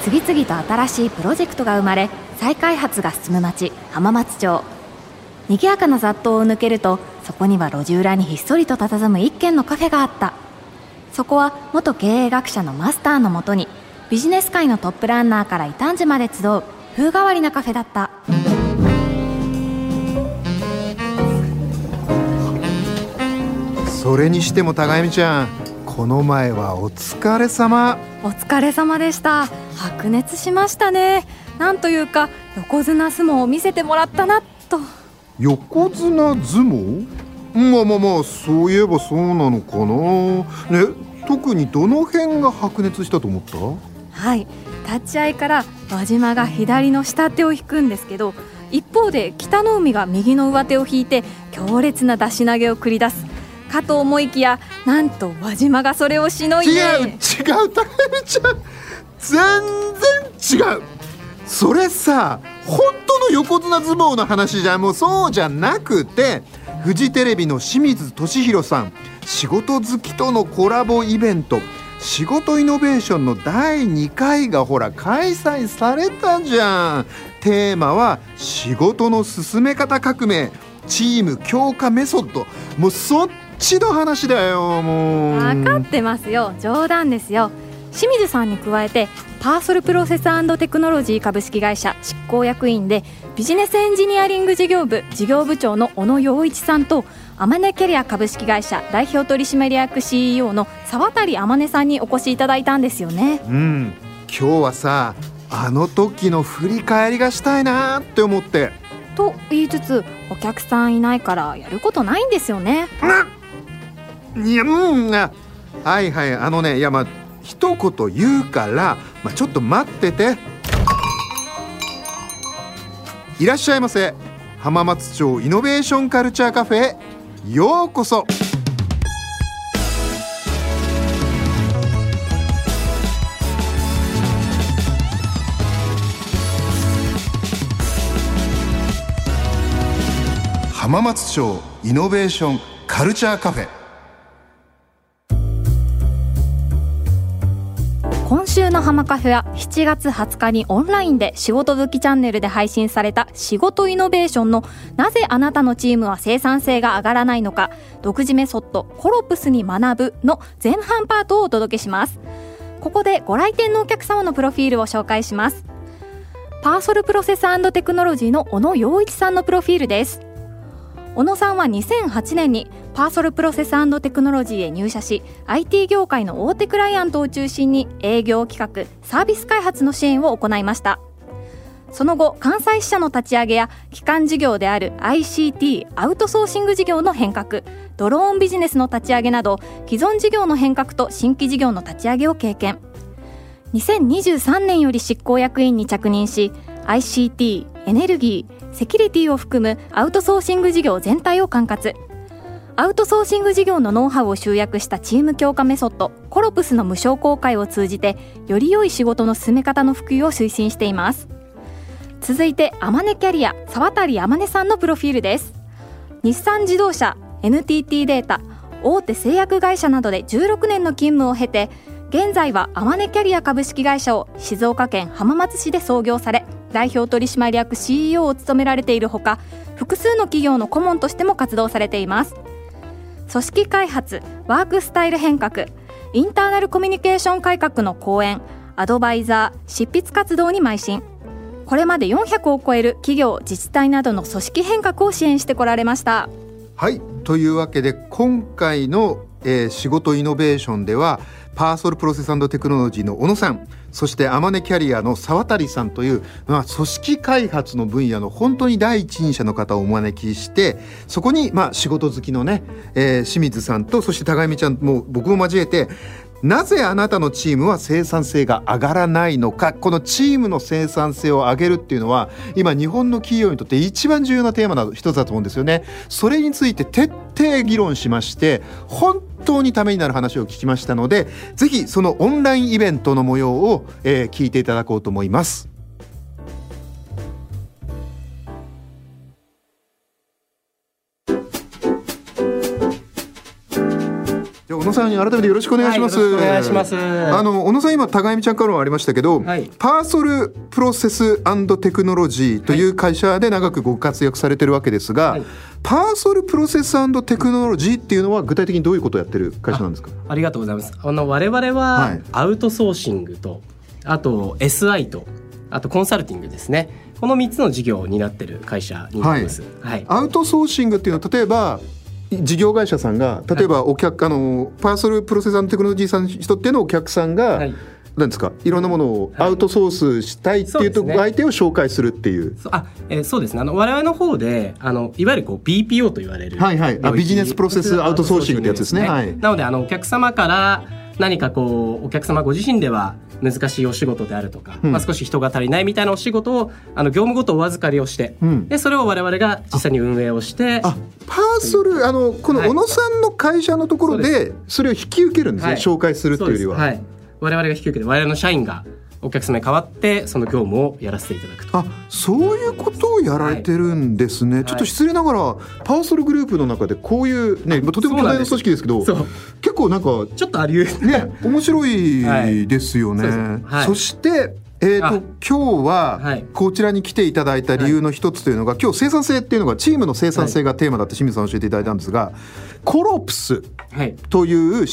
次々と新しいプロジェクトが生まれ、再開発が進む町浜松町。賑やかな雑踏を抜けると、そこには路地裏にひっそりと佇む一軒のカフェがあった。そこは元経営学者のマスターのもとに、ビジネス界のトップランナーから異端児まで集う風変わりなカフェだった。 それにしても高見ちゃん、この前はお疲れ様。 お疲れ様でした。白熱しましたね。なんというか横綱相撲を見せてもらったなと。 横綱相撲？まあそういえばそうなのかな。ね、特にどの辺が白熱したと思った？ はい、立ち合いから輪島が左の下手を引くんですけど、一方で北の海が右の上手を引いて強烈な出し投げを繰り出すかと思いきや、なんと輪島がそれをしのいで。 違う高見ちゃん、全然違う。それさ、本当の横綱相撲の話じゃもうそうじゃなくて、フジテレビの清水俊弘さん、仕事好きとのコラボイベント、仕事イノベーションの第2回がほら開催されたじゃん。テーマは仕事の進め方革命、チーム強化メソッド。もうそっちの話だよ。もう分かってますよ、冗談ですよ。清水さんに加えて、パーソルプロセス&テクノロジー株式会社執行役員でビジネスエンジニアリング事業部事業部長の小野陽一さんと、アマネキャリア株式会社代表取締役 CEO の沢渡あまねさんにお越しいただいたんですよね。 今日はさ、あの時の振り返りがしたいなって思って。 と言いつつ、お客さんいないからやることないんですよね。 はいはい、いや一言言うから、ちょっと待ってて。いらっしゃいませ。浜松町イノベーションカルチャーカフェへようこそ。浜松町イノベーションカルチャーカフェ。 今週の浜カフェは7月20日にオンラインで仕事好きチャンネルで配信された仕事イノベーションのなぜあなたのチームは生産性が上がらないのか、独自メソッドコロプスに学ぶの前半パートをお届けします。ここでご来店のお客様のプロフィールを紹介します。パーソルプロセス&テクノロジーの小野陽一さんのプロフィールです。小野さんは2008年にパーソルプロセス&テクノロジーへ入社し、 IT 業界の大手クライアントを中心に営業企画サービス開発の支援を行いました。その後、関西支社の立ち上げや基幹事業である ICT アウトソーシング事業の変革、ドローンビジネスの立ち上げなど、既存事業の変革と新規事業の立ち上げを経験。2023年より執行役員に着任し、 ICT、エネルギー、セキュリティを含むアウトソーシング事業全体を管轄。アウトソーシング事業のノウハウを集約したチーム強化メソッドコロプスの無償公開を通じて、より良い仕事の進め方の普及を推進しています。続いてアマネキャリア沢渡あまねさんのプロフィールです。日産自動車、 NTT データ、大手製薬会社などで16年の勤務を経て、現在はアマネキャリア株式会社を静岡県浜松市で創業され、代表取締役 CEO を務められているほか、複数の企業の顧問としても活動されています。組織開発、ワークスタイル変革、インターナルコミュニケーション改革の講演、アドバイザー、執筆活動に邁進。これまで400を超える企業自治体などの組織変革を支援してこられました。 はい、というわけで今回の、仕事イノベーションでは、パーソルプロセス&テクノロジーの小野さん、そしてアマネキャリアの沢渡さんという、組織開発の分野の本当に第一人者の方をお招きして、そこに、仕事好きのね、清水さんと、そして高見ちゃんも僕も交えて、なぜあなたのチームは生産性が上がらないのか。このチームの生産性を上げるっていうのは、今日本の企業にとって一番重要なテーマの一つだと思うんですよね。それについて徹底議論しまして、本当にためになる話を聞きましたので、ぜひそのオンラインイベントの模様を、聞いていただこうと思います。じゃあ小野さんに改めてよろしくお願いします。 よろしくお願いします。 小野さん今高見ちゃんからもありましたけど、 はい、 パーソルプロセス&テクノロジーという会社で長くご活躍されてるわけですが、はい、パーソルプロセス&テクノロジーっていうのは具体的にどういうことをやってる会社なんですか？ ありがとうございます。我々はアウトソーシングと、あと SI と、あとコンサルティングですね。この3つの事業を担ってる会社になります。はいはい、 アウトソーシングっていうのは例えば事業会社さんが例えばパーソルプロセス&テクノロジーさんの人っていうのお客さんが、はい、なんですか、いろんなものをアウトソースしたいっていうと、相手を紹介するっていう。 そうですね。我々の方でいわゆるBPO と言われる、 はいはい、ビジネスプロセスアウトソーシングってやつですね。はい、 なのでお客様から何かお客様ご自身では難しいお仕事であるとか、少し人が足りないみたいなお仕事を業務ごとお預かりをして、でそれを我々が実際に運営をして、 パーソルこの小野さんの会社のところでそれを引き受けるんですね。紹介するというよりは、 はい、我々が引き受けて我々の社員がお客様に代わってその業務をやらせていただくと。 そういうことをやられてるんですね。はい、ちょっと失礼ながらパーソルグループの中でこういうね、とても巨大な組織ですけど、結構なんかちょっとあり得るね、面白いですよね。はい、そして今日はこちらに来ていただいた理由の一つというのが、今日生産性っていうのがチームの生産性がテーマだって清水さん教えていただいたんですが、コロプスという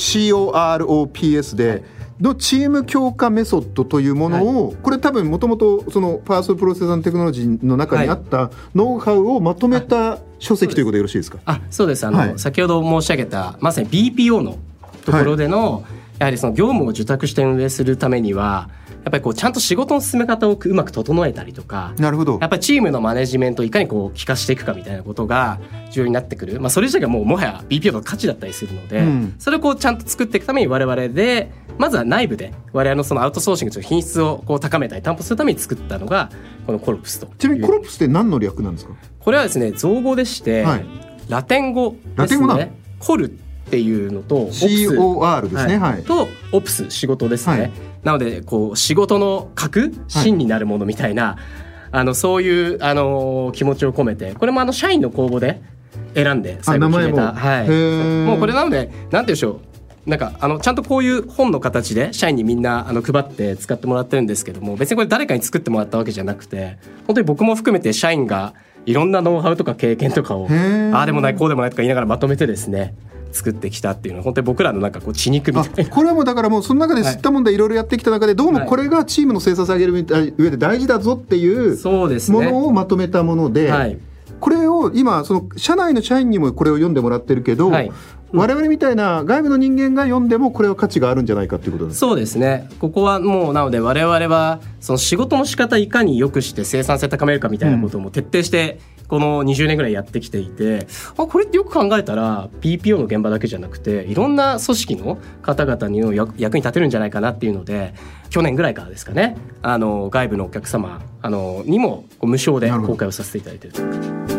COROPS でのチーム強化メソッドというものを、これ多分もともとそのパーソルプロセス&テクノロジーの中にあったノウハウをまとめた書籍ということでよろしいですか？ そうです。先ほど申し上げたまさに BPO のところでの、やはりその業務を受託して運営するためにはやっぱりちゃんと仕事の進め方をうまく整えたりとか、 なるほど、 やっぱりチームのマネジメントをいかに効かしていくかみたいなことが重要になってくる。それ自体がもはや BPO の価値だったりするので、それをちゃんと作っていくために我々でまずは内部で我々のそのアウトソーシングという品質を高めたり担保するために作ったのがこのコロプスと。 ちなみにコロプスって何の略なんですか？ これはですね、造語でして、ラテン語ですね。コルっていうのと COR ですね、 とオプス、仕事ですね。なので仕事の核、芯になるものみたいな、そういう気持ちを込めて、これも社員の公募で選んで最後決めた。もうこれなのでなんて言うんでしょう、なんかちゃんとこういう本の形で社員にみんな配って使ってもらってるんですけども、別にこれ誰かに作ってもらったわけじゃなくて、本当に僕も含めて社員がいろんなノウハウとか経験とかをあでもないこうでもないとか言いながらまとめてですね作ってきたっていうのは本当に僕らのなんか血肉みたいな。 これはもうだからもうその中で知ったもんでいろいろやってきた中で、どうもこれがチームの生産性を上げる上で大事だぞっていうものをまとめたもので、これを今その社内の社員にもこれを読んでもらってるけど、我々みたいな外部の人間が読んでもこれは価値があるんじゃないかということです。 そうですね。ここはもうなので我々はその仕事の仕方いかに良くして生産性高めるかみたいなことをも徹底してこの20年ぐらいやってきていて、これってよく考えたら BPO の現場だけじゃなくていろんな組織の方々に役に立てるんじゃないかなっていうので、去年ぐらいからですかね、外部のお客様にも無償で公開をさせていただいていると。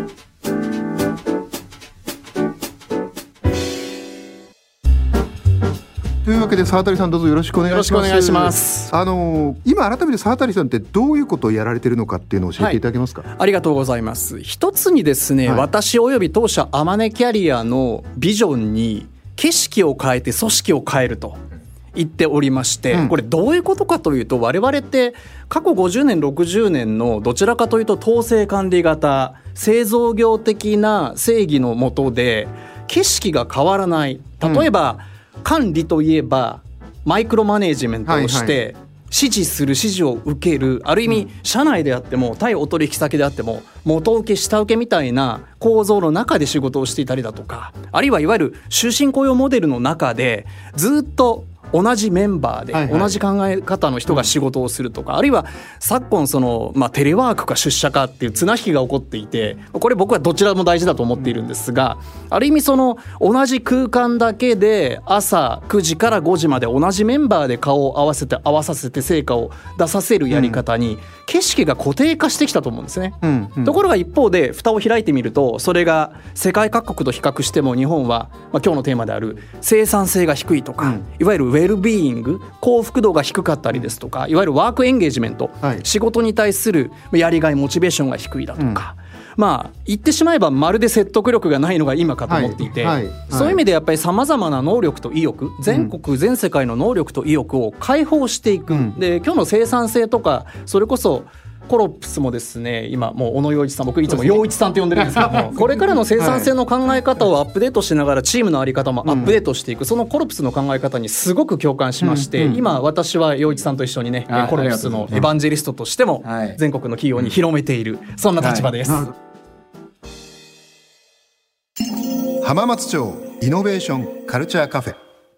というわけで沢渡さん、どうぞよろしくお願いします。 よろしくお願いします。 今改めて沢渡さんってどういうことをやられているのかっていうのを教えていただけますか？ ありがとうございます。一つにですね、私および当社アマネキャリアのビジョンに景色を変えて組織を変えると言っておりまして、これどういうことかというと、我々って過去50年60年のどちらかというと統制管理型製造業的な正義の下で景色が変わらない。例えば、管理といえばマイクロマネージメントをして指示を受ける、ある意味社内であっても対お取引先であっても元請け下請けみたいな構造の中で仕事をしていたりだとか、あるいはいわゆる終身雇用モデルの中でずっと同じメンバーで同じ考え方の人が仕事をするとか、あるいは昨今テレワークか出社かっていう綱引きが起こっていて、これ僕はどちらも大事だと思っているんですが、ある意味同じ空間だけで朝9時から5時まで同じメンバーで顔を合わさせて成果を出させるやり方に景色が固定化してきたと思うんですね。ところが一方で蓋を開いてみると、それが世界各国と比較しても日本は、今日のテーマである生産性が低いとか、いわゆるウェルビーイング、幸福度が低かったりですとか、いわゆるワークエンゲージメント、仕事に対するやりがいモチベーションが低いだとか、 言ってしまえばまるで説得力がないのが今かと思っていて、そういう意味でやっぱりさまざまな能力と意欲、全国全世界の能力と意欲を解放していく、で今日の生産性とかそれこそコロプスもですね、今もう小野洋一さん、僕いつも洋一さんと呼んでるんですけども、これからの生産性の考え方をアップデートしながらチームの在り方もアップデートしていく、そのコロプスの考え方にすごく共感しまして、今私は洋一さんと一緒にね、コロプスのエヴァンジェリストとしても全国の企業に広めている、そんな立場です。 浜松町イノベーションカルチャーカフェ、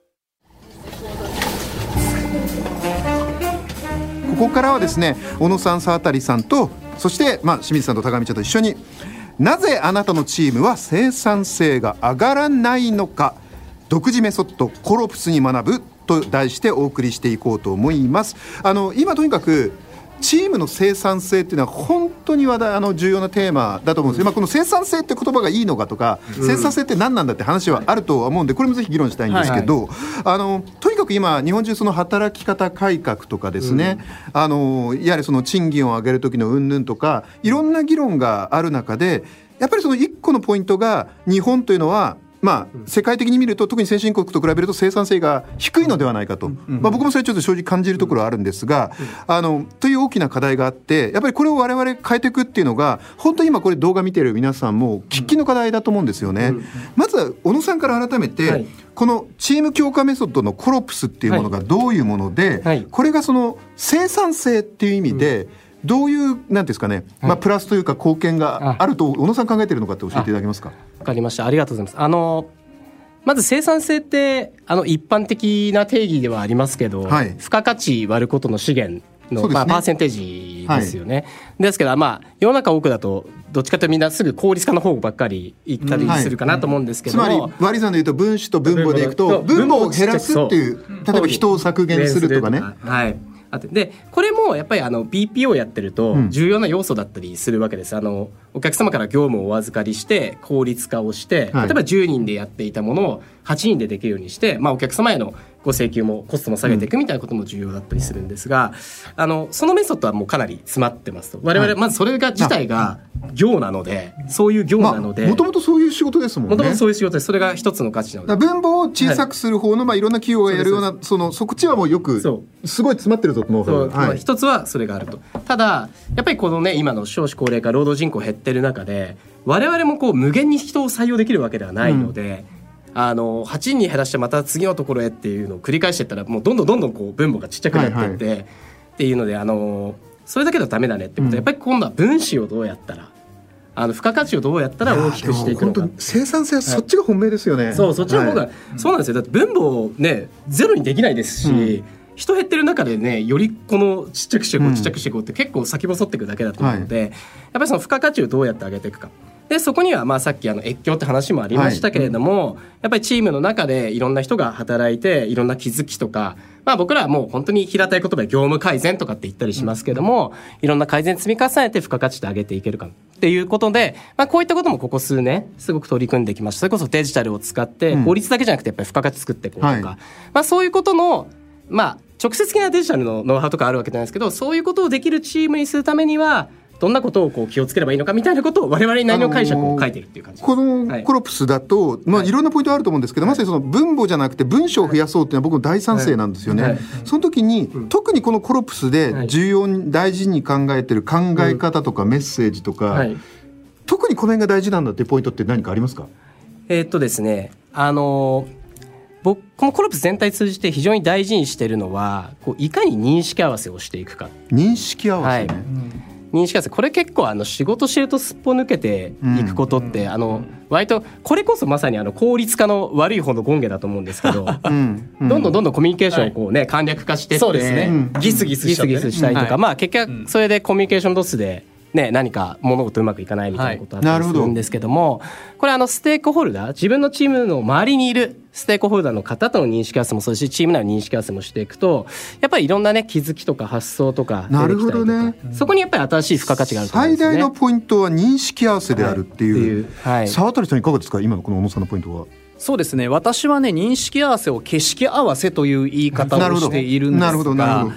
ここからはですね、小野さん、沢渡さんと、そして清水さんと高見ちゃんと一緒に、なぜあなたのチームは生産性が上がらないのか、独自メソッドコロプスに学ぶと題してお送りしていこうと思います。今とにかくチームの生産性っていうのは本当に重要なテーマだと思うんですよ。この生産性って言葉がいいのかとか、生産性って何なんだって話はあるとは思うんで、これもぜひ議論したいんですけど、とにかく今日本中その働き方改革とかですね、やはりその賃金を上げる時の云々とかいろんな議論がある中で、やっぱりその一個のポイントが、日本というのは世界的に見ると特に先進国と比べると生産性が低いのではないかと、僕もそれちょっと正直感じるところはあるんですが、という大きな課題があって、やっぱりこれを我々変えていくっていうのが本当に今これ動画見てる皆さんも喫緊の課題だと思うんですよね。まずは小野さんから改めて、このチーム強化メソッドのコロプスっていうものがどういうもので、これがその生産性っていう意味でどういうなんですかね、プラスというか貢献があると小野さん考えているのかって教えていただけますか。 わかりました、ありがとうございます。まず生産性って一般的な定義ではありますけど、付加価値割ることの資源の、パーセンテージですよね。ですけど世の中多くだとどっちかというとみんなすぐ効率化の方ばっかり言ったりするかなと思うんですけども、 つまり割り算でいうと分子と分母でいくと分母を減らすっていう、例えば人を削減するとかね。 でこれもやっぱりBPO をやってると重要な要素だったりするわけです。お客様から業務をお預かりして効率化をして、例えば10人でやっていたものを8人でできるようにして、お客様へのご請求もコストも下げていくみたいなことも重要だったりするんですが、そのメソッドはもうかなり詰まってますと。我々まずそれが自体が業なので、そういう業なので、 もともとそういう仕事ですもんね。 もともとそういう仕事です。それが一つの価値なので、 分母を小さくする方の、いろんな企業がやるようなそっちはもうよくすごい詰まってるぞと思う。 一つはそれがあると。ただやっぱりこのね、今の少子高齢化、労働人口減ってる中で、我々も無限に人を採用できるわけではないので、8人に減らしてまた次のところへっていうのを繰り返していったら、もうどんどん分母がちっちゃくなっていって、っていうのでそれだけではダメだねってことで、やっぱり今度は分子をどうやったら付加価値をどうやったら大きくしていくのか。 本当生産性はそっちが本命ですよね。 そっちの方が、そうなんですよ。だって分母をねゼロにできないですし、人減ってる中でね、よりこのちっちゃくしていこうちっちゃくしていこうって結構先細っていくだけだと思うので、やっぱりその付加価値をどうやって上げていくか。でそこにはさっき越境って話もありましたけれども、やっぱりチームの中でいろんな人が働いていろんな気づきとか、僕らはもう本当に平たい言葉で業務改善とかって言ったりしますけども、いろんな改善積み重ねて付加価値で上げていけるかっていうことで、こういったこともここ数年すごく取り組んできました。それこそデジタルを使って効率だけじゃなくてやっぱり付加価値作っていこうとか、そういうことの直接的なデジタルのノウハウとかあるわけじゃないですけど、そういうことをできるチームにするためにはどんなことを気をつければいいのかみたいなことを我々なりの解釈を書いてるっていう感じです。 このコロプスだと、いろんなポイントあると思うんですけど、まさにその分母じゃなくて文章を増やそうっていうのは僕も大賛成なんですよね。その時に、特にこのコロプスで大事に考えてる考え方とかメッセージとか、特にこの辺が大事なんだっていうポイントって何かありますか？ ですね、僕このコロプス全体通じて非常に大事にしているのは、いかに認識合わせをしていくか。 認識合わせね、 認識合わせ、これ結構仕事してるとすっぽ抜けていくことって、割とこれこそまさに効率化の悪い方の権下だと思うんですけど、どんどんコミュニケーションを簡略化していって、 ギスギスしたりとか、結局それでコミュニケーションロスで何か物事うまくいかないみたいなことあったりするんですけども、これステークホルダー、自分のチームの周りにいるステークホルダーの方との認識合わせもそうですし、チーム内の認識合わせもしていくと、やっぱりいろんな気づきとか発想とか出てきたりとか、 なるほどね、 そこにやっぱり新しい付加価値があると思うんですよね。 最大のポイントは認識合わせであるっていう、沢渡さんいかがですか、今のこの小野さんのポイントは。 そうですね、私はね、認識合わせを景色合わせという言い方をしているんですが、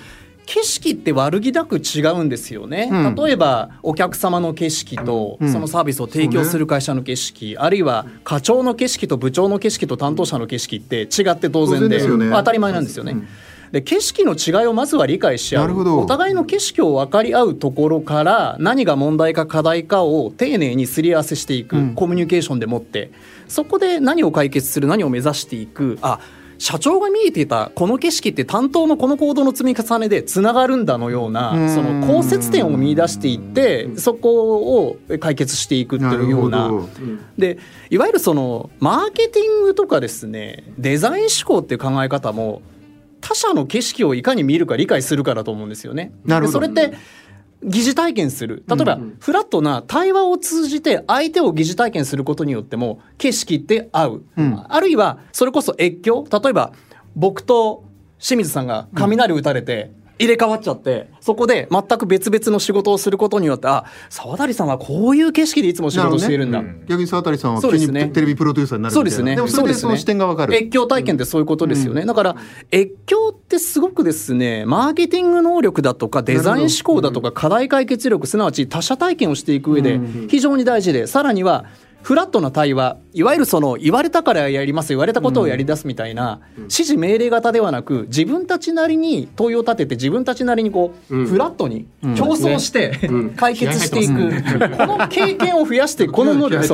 景色って悪気なく違うんですよね、例えばお客様の景色とそのサービスを提供する会社の景色、あるいは課長の景色と部長の景色と担当者の景色って違って当然で当たり前なんですよね。で景色の違いをまずは理解し合う、お互いの景色を分かり合うところから何が問題か課題かを丁寧にすり合わせしていく、コミュニケーションでもって、そこで何を解決する、何を目指していく、社長が見えていたこの景色って担当のこの行動の積み重ねでつながるんだのような、その交接点を見出していってそこを解決していくっていうような、でいわゆるそのマーケティングとかですね、デザイン思考っていう考え方も他者の景色をいかに見るか理解するかだと思うんですよね。でそれって疑似体験する、例えばフラットな対話を通じて相手を疑似体験することによっても景色って合う、あるいはそれこそ越境、例えば僕と清水さんが雷打たれて入れ替わっちゃって、そこで全く別々の仕事をすることによって、沢渡さんはこういう景色でいつも仕事しているんだ、 逆に沢渡さんは急にテレビプロデューサーになるみたいな。そうですね。でもそれでその視点が分かる。 越境体験ってそういうことですよね、だから越境ってすごくですね、マーケティング能力だとかデザイン思考だとか課題解決力、すなわち他者体験をしていく上で非常に大事で、さらにはフラットな対話、いわゆるその言われたからやります、言われたことをやり出すみたいな指示命令型ではなく、自分たちなりに問いを立てて自分たちなりにこうフラットに競争して解決していく、この経験を増やしていく、この能力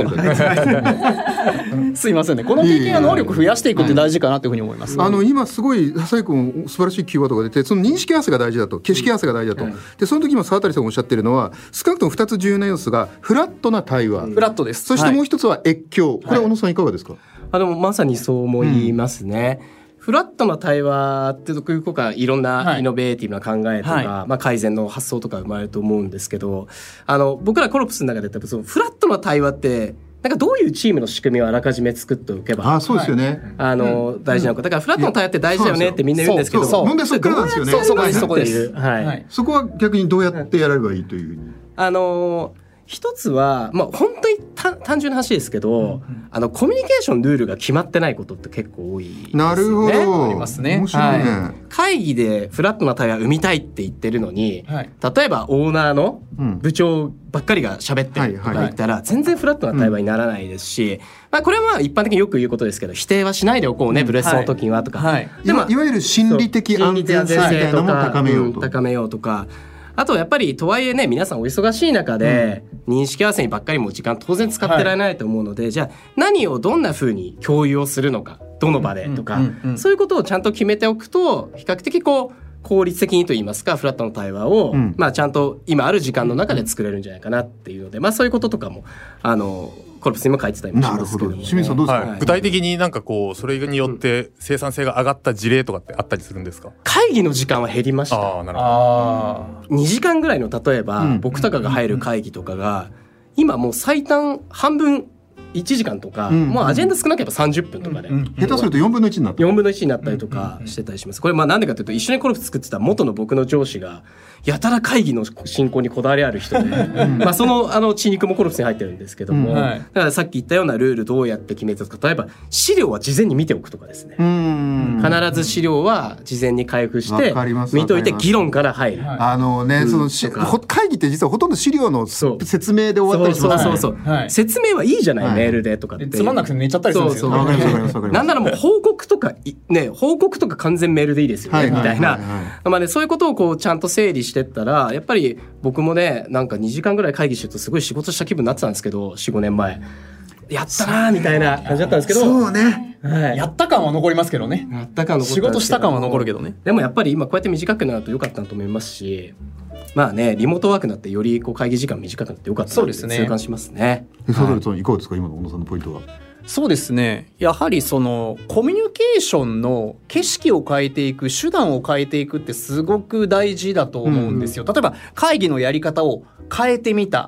すいませんね、この経験や能力を増やしていくって大事かなというふうに思います。 今すごい笹井君素晴らしいキーワードが出て、その認識合わせが大事だと、景色合わせが大事だと、でその時今沢渡さんがおっしゃってるのは少なくとも2つ重要な要素がフラットな対話、 フラットです。 そしてもう一つは越境、これは小野さんいかがですか？ まさにそう思いますね、フラットな対話っていうとかいろんなイノベーティブな考えとか、改善の発想とか生まれると思うんですけど、僕らコロプスの中でそのフラットな対話ってなんかどういうチームの仕組みをあらかじめ作っておけばそうですよね、 大事なことだから、フラットな対話って大事だよねってみんな言うんですけど、 問題そこからなんですよね。 そこです、 そこは逆にどうやってやればいいというふうに、 一つは、本当に単純な話ですけど、コミュニケーションルールが決まってないことって結構多いですよね。 なるほど、 ありますね。 面白いね、 会議でフラットな対話を生みたいって言ってるのに、例えばオーナーの部長ばっかりが喋ってるとか言ったら、全然フラットな対話にならないですし、これは一般的によく言うことですけど、否定はしないでおこうね、ブレストの時にはとか、 いわゆる心理的安全性みたいなのも高めようとか、あとやっぱりとはいえね、皆さんお忙しい中で認識合わせにばっかりも時間当然使ってられないと思うので、じゃあ何をどんな風に共有をするのか、どの場でとか、そういうことをちゃんと決めておくと、比較的効率的にといいますか、フラットの対話を、ちゃんと今ある時間の中で作れるんじゃないかなっていうので、そういうこととかもコルプスにも書いてたりもしますけども、 清水さんどうですか？ 具体的になんかそれによって生産性が上がった事例とかってあったりするんですか？ 会議の時間は減りました。 なるほど。 2時間ぐらいの、例えば、僕とかが入る会議とかが、今もう最短半分1時間とか、もうアジェンダ少なければ30分とかで、 下手すると4分の1になった 4分の1になったりとかしてたりします。これなんでかというと、一緒にコルプ作ってた元の僕の上司がやたら会議の進行にこだわりある人でその血肉もコルプスに入ってるんですけども、だからさっき言ったようなルールどうやって決めたか、例えば資料は事前に見ておくとかですね、必ず資料は事前に開封して見といて議論から入る。 会議って実はほとんど資料の説明で終わったりしますね。 説明はいいじゃない、メールでとかってつまんなくて寝ちゃったりするんですよ。 なんならもう報告とか完全メールでいいですよねみたいな、そういうことをちゃんと整理してったら、やっぱり僕もね、なんか2時間ぐらい会議してるとすごい仕事した気分になってたんですけど、 4,5 年前やったなみたいな感じだったんですけど、 そうね、 やった感は残りますけどね。仕事した感は残るけどね。 でもやっぱり今こうやって短くなると良かったなと思いますし、リモートワークになってより会議時間短くなって良かったなって痛感しますね。 そうですね。いかがですか、今の小野さんのポイントは？ そうですね、やはりそのコミュニケーションの景色を変えていく、手段を変えていくってすごく大事だと思うんですよ。例えば会議のやり方を変えてみた、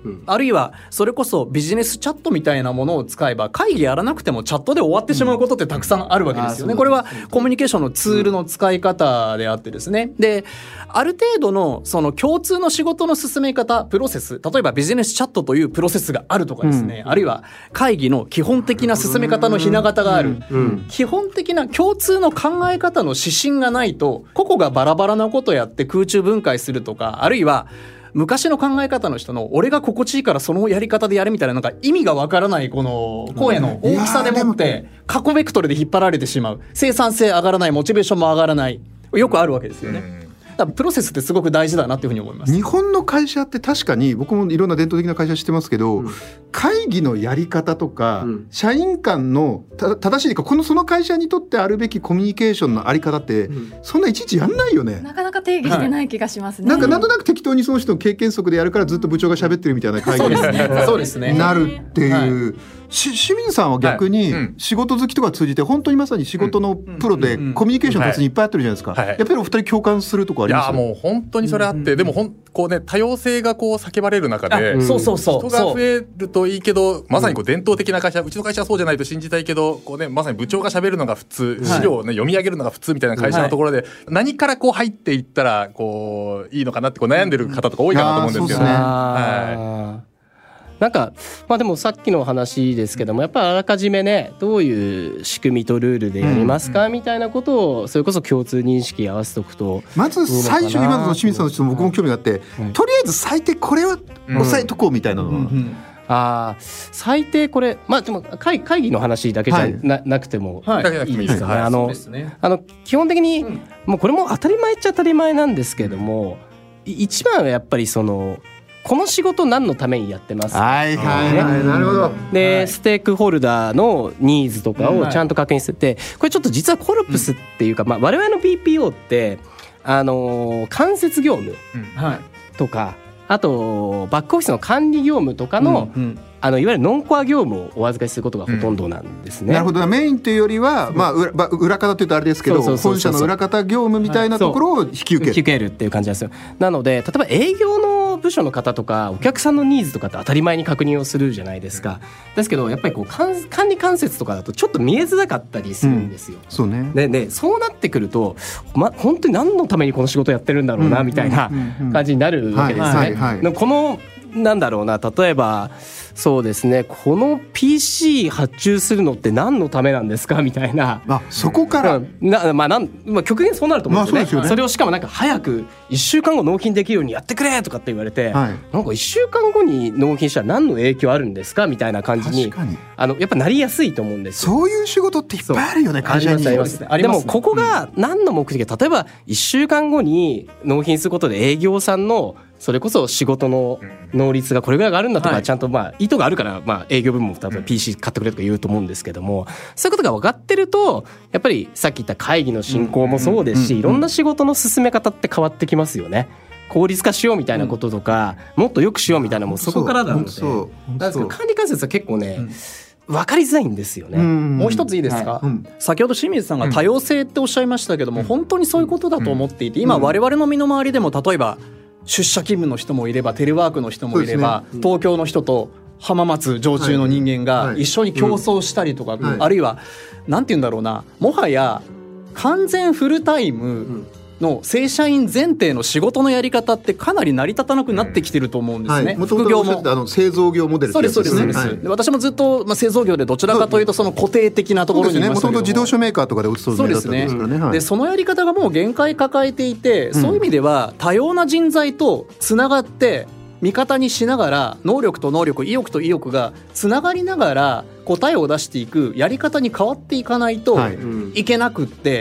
あるいはそれこそビジネスチャットみたいなものを使えば会議やらなくてもチャットで終わってしまうことってたくさんあるわけですよね。これはコミュニケーションのツールの使い方であってですね、である程度のその共通の仕事の進め方プロセス、例えばビジネスチャットというプロセスがあるとかですね、あるいは会議の基本的な進め方のひな形がある、基本的な共通の考え方の指針がないと個々がバラバラなことをやって空中分解するとか、あるいは昔の考え方の人の俺が心地いいからそのやり方でやるみたいな、なんか意味がわからないこの声の大きさでもって過去ベクトルで引っ張られてしまう、生産性上がらない、モチベーションも上がらない、よくあるわけですよね。だからプロセスってすごく大事だなというふうに思います。 日本の会社って確かに僕もいろんな伝統的な会社知ってますけど、会議のやり方とか、社員間の正しいかその会社にとってあるべきコミュニケーションのあり方って、そんないちいちやんないよね。 なかなか定義してない気がしますね。 なんとなく適当にその人の経験則でやるからずっと部長が喋ってるみたいな会議になるっていう。清水さんは逆に仕事好きとか通じて本当にまさに仕事のプロでコミュニケーションの達人いっぱいやってるじゃないですか、やっぱりお二人共感するとこあります？ いやもう本当にそれあって、でもこうね、多様性がこう叫ばれる中で、人が増えるといいけど、まさにこう伝統的な会社、うちの会社はそうじゃないと信じたいけど、こうね、まさに部長が喋るのが普通、資料をね、読み上げるのが普通みたいな会社のところで、何からこう入っていったらこういいのかなってこう悩んでる方とか多いかなと思うんですけどね。 なんかでもさっきの話ですけども、やっぱりあらかじめね、どういう仕組みとルールでやりますかみたいなことをそれこそ共通認識合わせておくと、 まず最初にまずの清水さんの人も僕も興味があって、とりあえず最低これは押さえとこうみたいなのは、 最低これでも会議の話だけじゃ なくてもいいですかね。基本的にもうこれも当たり前っちゃ当たり前なんですけども、一番はやっぱりこの仕事何のためにやってますか、なるほど。 で、ステークホルダーのニーズとかをちゃんと確認してて、これちょっと実はコルプスっていうか、我々の BPO って間接業務とか、あとバックオフィスの管理業務とかの、いわゆるノンコア業務をお預かりすることがほとんどなんですね。 なるほど。メインというよりは、裏方というとあれですけど、本社の裏方業務みたいなところを引き受けるっていう感じなんですよ。なので例えば営業の部署の方とかお客さんのニーズとかって当たり前に確認をするじゃないですか。ですけどやっぱり管理間接とかだとちょっと見えづらかったりするんですよ。そうね。でそうなってくると、本当に何のためにこの仕事やってるんだろうなみたいな感じになるわけですね。このなんだろうな、例えばそうですね、この PC 発注するのって何のためなんですかみたいな、そこから極限そうなると思うんですよね。それをしかもなんか早く1週間後納品できるようにやってくれとかって言われて、なんか1週間後に納品したら何の影響あるんですかみたいな感じにやっぱなりやすいと思うんですよ。 そういう仕事っていっぱいあるよね、会社に。 でもここが何の目的か、例えば1週間後に納品することで営業さんのそれこそ仕事の能率がこれぐらいがあるんだとか、ちゃんと意図があるから営業部門も例えば PC 買ってくれとか言うと思うんですけども、そういうことが分かってるとやっぱりさっき言った会議の進行もそうですし、いろんな仕事の進め方って変わってきますよね。効率化しようみたいなこととか、もっと良くしようみたいなのもそこからなので、なんですけど管理間接は結構ね、分かりづらいんですよね。 もう一ついいですか、先ほど清水さんが多様性っておっしゃいましたけども、本当にそういうことだと思っていて、今我々の身の回りでも例えば出社勤務の人もいればテレワークの人もいれば、東京の人と浜松常駐の人間が一緒に競争したりとか、あるいはなんて言うんだろうな、もはや完全フルタイムの正社員前提の仕事のやり方ってかなり成り立たなくなってきてると思うんですね。 副業も製造業モデルってやつですね。 で私もずっと製造業でどちらかというとその固定的なところにいましたけども、 もともと自動車メーカーとかでお勤めだったんですからね。 でそのやり方がもう限界抱えていて、そういう意味では多様な人材とつながって味方にしながら、能力と能力、意欲と意欲がつながりながら答えを出していくやり方に変わっていかないといけなくって、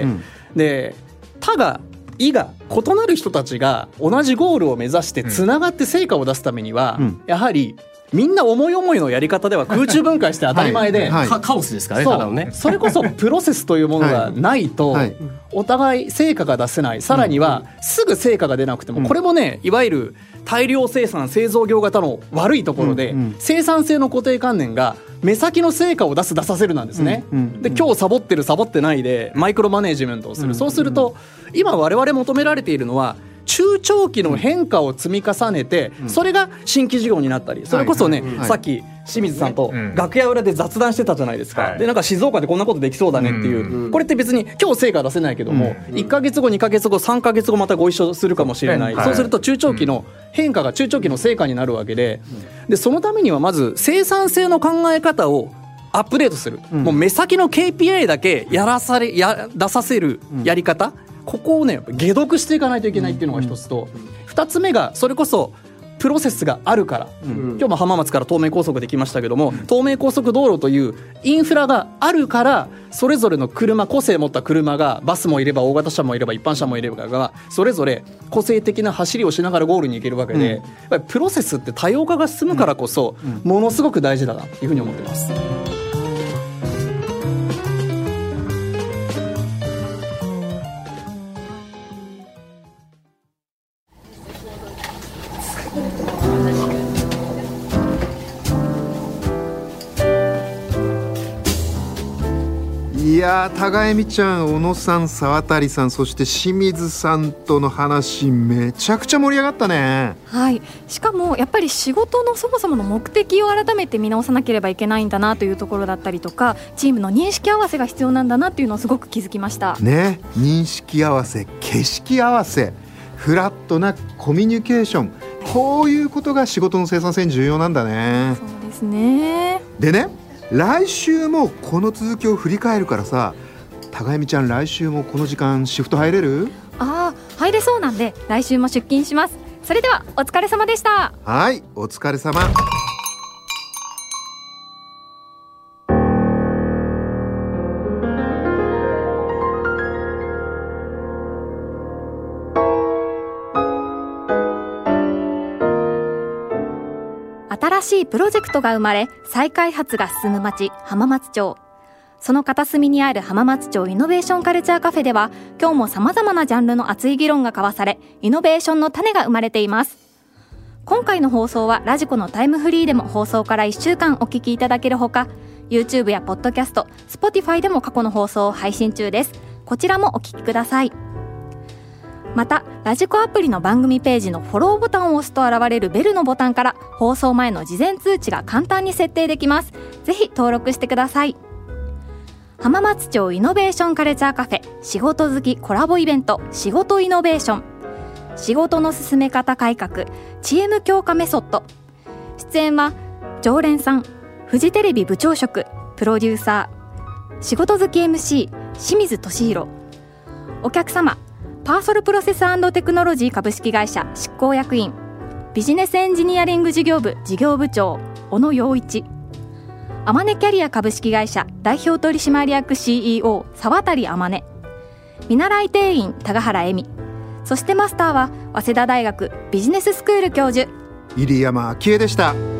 で他が異が異なる人たちが同じゴールを目指してつながって成果を出すためには、やはりみんな思い思いのやり方では空中分解して当たり前で、 カオスですからね。 それこそプロセスというものがないとお互い成果が出せない。さらにはすぐ成果が出なくても、これもね、いわゆる大量生産製造業型の悪いところで、生産性の固定観念が目先の成果を出させるなんですね。で今日サボってるサボってないでマイクロマネジメントをする。そうすると今我々求められているのは、 中長期の変化を積み重ねて、それが新規事業になったり、それこそね、さっき清水さんと楽屋裏で雑談してたじゃないですか、でなんか静岡でこんなことできそうだねっていう、これって別に今日成果出せないけども、1ヶ月後2ヶ月後3ヶ月後またご一緒するかもしれない、そうすると中長期の変化が中長期の成果になるわけで、そのためにはまず生産性の考え方をアップデートする、もう目先の KPI だけ出させるやり方、ここをね解読していかないといけないっていうのが一つと、二つ目がそれこそプロセスがあるから、今日も浜松から東名高速で来ましたけども、東名高速道路というインフラがあるから、それぞれの車、個性を持った車が、バスもいれば大型車もいれば一般車もいればが、それぞれ個性的な走りをしながらゴールに行けるわけで、やっぱりプロセスって多様化が進むからこそ、ものすごく大事だなというふうに思ってます。 いやー、高江美ちゃん、小野さん、沢渡さん、そして清水さんとの話めちゃくちゃ盛り上がったね。 はい、しかもやっぱり仕事のそもそもの目的を改めて見直さなければいけないんだなというところだったりとか、チームの認識合わせが必要なんだなっていうのをすごく気づきましたね。認識合わせ、景色合わせ、フラットなコミュニケーション、こういうことが仕事の生産性に重要なんだね。 そうですね。 でね、来週もこの続きを振り返るからさ、高江美ちゃん、来週もこの時間シフト入れる？ 入れそうなんで来週も出勤します。それではお疲れ様でした。 はい、お疲れ様。 新しいプロジェクトが生まれ、再開発が進む町、浜松町。その片隅にある浜松町イノベーションカルチャーカフェでは、今日も様々なジャンルの熱い議論が交わされ、イノベーションの種が生まれています。今回の放送はラジコのタイムフリーでも放送から1週間お聞きいただけるほか、YouTube やポッドキャスト、Spotify でも過去の放送を配信中です。こちらもお聞きください。また、ラジコアプリの番組ページのフォローボタンを押すと現れるベルのボタンから放送前の事前通知が簡単に設定できます。ぜひ登録してください。浜松町イノベーションカルチャーカフェ仕事好きコラボイベント、仕事イノベーション。仕事の進め方改革、チーム強化メソッド。出演は常連さん、フジテレビ部長職、プロデューサー、仕事好き MC 清水俊弘。お客様、パーソルプロセス&テクノロジー株式会社執行役員、ビジネスエンジニアリング事業部事業部長小野陽一。アマネキャリア株式会社代表取締役 CEO 沢渡あまね。見習い店員高原恵美。そしてマスターは早稲田大学ビジネススクール教授入山昭恵でした。